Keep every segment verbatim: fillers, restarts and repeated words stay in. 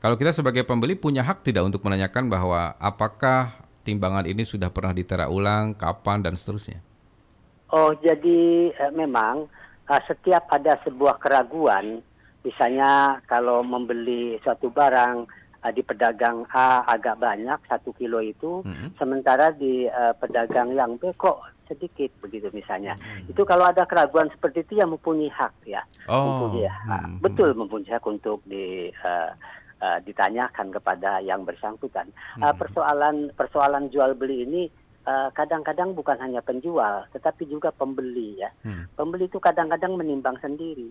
Kalau kita sebagai pembeli punya hak tidak untuk menanyakan bahwa apakah timbangan ini sudah pernah ditera ulang, kapan, dan seterusnya? Oh, jadi eh, memang eh, setiap ada sebuah keraguan, misalnya kalau membeli suatu barang eh, di pedagang A agak banyak, satu kilo itu, Mm-mm. sementara di eh, pedagang yang B kok sedikit begitu misalnya. Mm-mm. Itu kalau ada keraguan seperti itu ya mempunyai hak ya, mempunyai Oh, hak, mm-mm. betul mempunyai hak untuk di eh, eh, ditanyakan kepada yang bersangkutan. Eh, Mm-mm. persoalan persoalan jual beli ini eh, kadang-kadang bukan hanya penjual, tetapi juga pembeli ya. Mm. Pembeli itu kadang-kadang menimbang sendiri,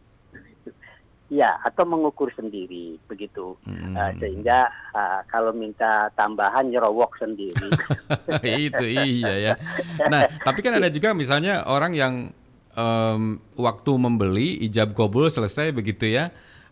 ya, atau mengukur sendiri begitu. Eh, Mm. sehingga eh, kalau minta tambahan nyerowok sendiri. Itu iya ya. Nah, tapi kan ada juga misalnya orang yang em, waktu membeli ijab kabul selesai begitu ya.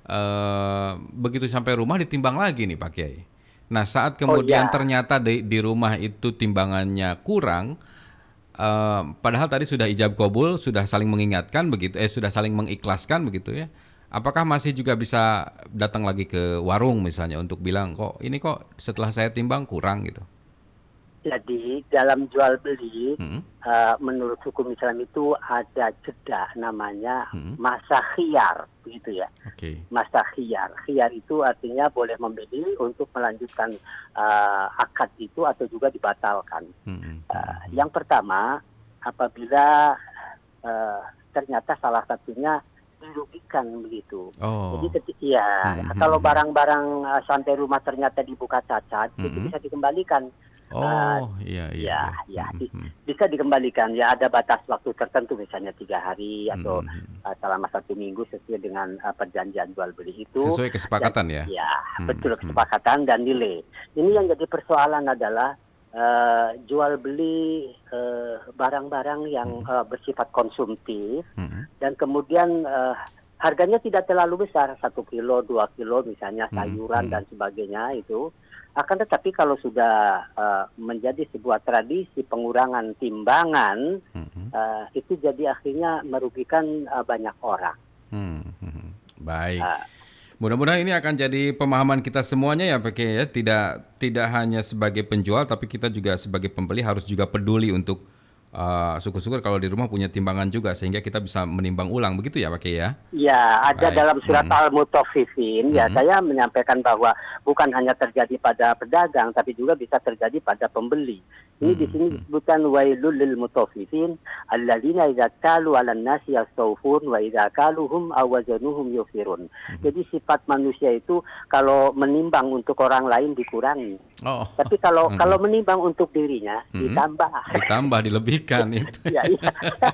Eh, begitu sampai rumah ditimbang lagi nih Pak Kiai. Nah, saat Oh kemudian ya, ternyata di, di rumah itu timbangannya kurang, eh, padahal tadi sudah ijab kabul, sudah saling mengingatkan begitu, eh sudah saling mengikhlaskan begitu ya. Apakah masih juga bisa datang lagi ke warung misalnya untuk bilang kok ini kok setelah saya timbang kurang gitu? jadi dalam jual beli Mm-mm. eh, menurut hukum Islam itu ada jeda namanya Mm-mm. masa khiyar begitu ya. Oke. Masa khiyar. Khiyar itu artinya boleh memilih untuk melanjutkan eh, akad itu atau juga dibatalkan. Mm-mm. Eh, Mm-mm. yang pertama, apabila eh, ternyata salah satunya dirugikan begitu. Jadi Oh. ketika ya, kalau Mm-mm. barang-barang eh, sampai rumah ternyata dibuka cacat, itu Mm-mm. bisa dikembalikan. Eh, Oh, iya iya ya, iya. ya, di- Mm-mm. bisa dikembalikan. Ya ada batas waktu tertentu, misalnya tiga hari atau Mm-mm. eh, selama satu minggu sesuai dengan eh, perjanjian jual beli itu. Sesuai Dan kesepakatan ya. ya betul Mm-mm. kesepakatan dan nilai. Ini yang jadi persoalan adalah eh, jual beli eh, barang-barang yang Mm-mm. eh, bersifat konsumtif Mm-mm. dan kemudian eh, harganya tidak terlalu besar, satu kilo, dua kilo misalnya sayuran Mm-mm. dan sebagainya itu. Akan tetapi kalau sudah eh, menjadi sebuah tradisi pengurangan timbangan, Mm-mm. eh, itu jadi akhirnya merugikan eh, banyak orang. Mm-mm. Baik. Eh, Mudah-mudahan ini akan jadi pemahaman kita semuanya ya Pak Kiai ya. Tidak tidak hanya sebagai penjual tapi kita juga sebagai pembeli harus juga peduli untuk uh, syukur-syukur kalau di rumah punya timbangan juga sehingga kita bisa menimbang ulang begitu ya Pak Kiai ya. Ya, ada Baik. dalam surat Mm-mm. Al-Mutaffifin, ya Mm-mm. saya menyampaikan bahwa bukan hanya terjadi pada pedagang, tapi juga bisa terjadi pada pembeli. Ini di sini Mm-mm. disebutkan wailul lil mutaffifin alladzina idza kalu 'alan nasi yastawfun wa idza kaluhum aw wazanuhum yufirun. Jadi sifat manusia itu kalau menimbang untuk orang lain dikurangi. Oh. Tapi kalau Mm-mm. kalau menimbang untuk dirinya Mm-mm. ditambah. Ditambah dilebihkan itu. Ya, iya.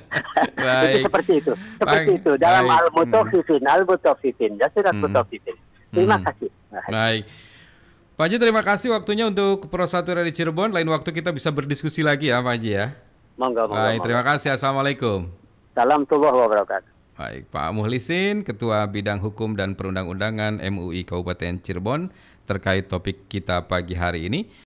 Jadi Baik. seperti itu. Seperti Baik. itu dalam Baik. al-mutaffifin, al-mutaffifin, dan surat Mm-mm. mutaffifin. Terima Mm-mm. kasih. Baik. Pak Haji terima kasih waktunya untuk Pro Satu dari Cirebon. Lain waktu kita bisa berdiskusi lagi ya Pak Haji ya. Monggo, monggo, Baik, monggo. terima kasih. Assalamualaikum. Salam warahmatullahi wabarakatuh. Baik, Pak Muhlisin, Ketua Bidang Hukum dan Perundang-undangan M U I Kabupaten Cirebon terkait topik kita pagi hari ini.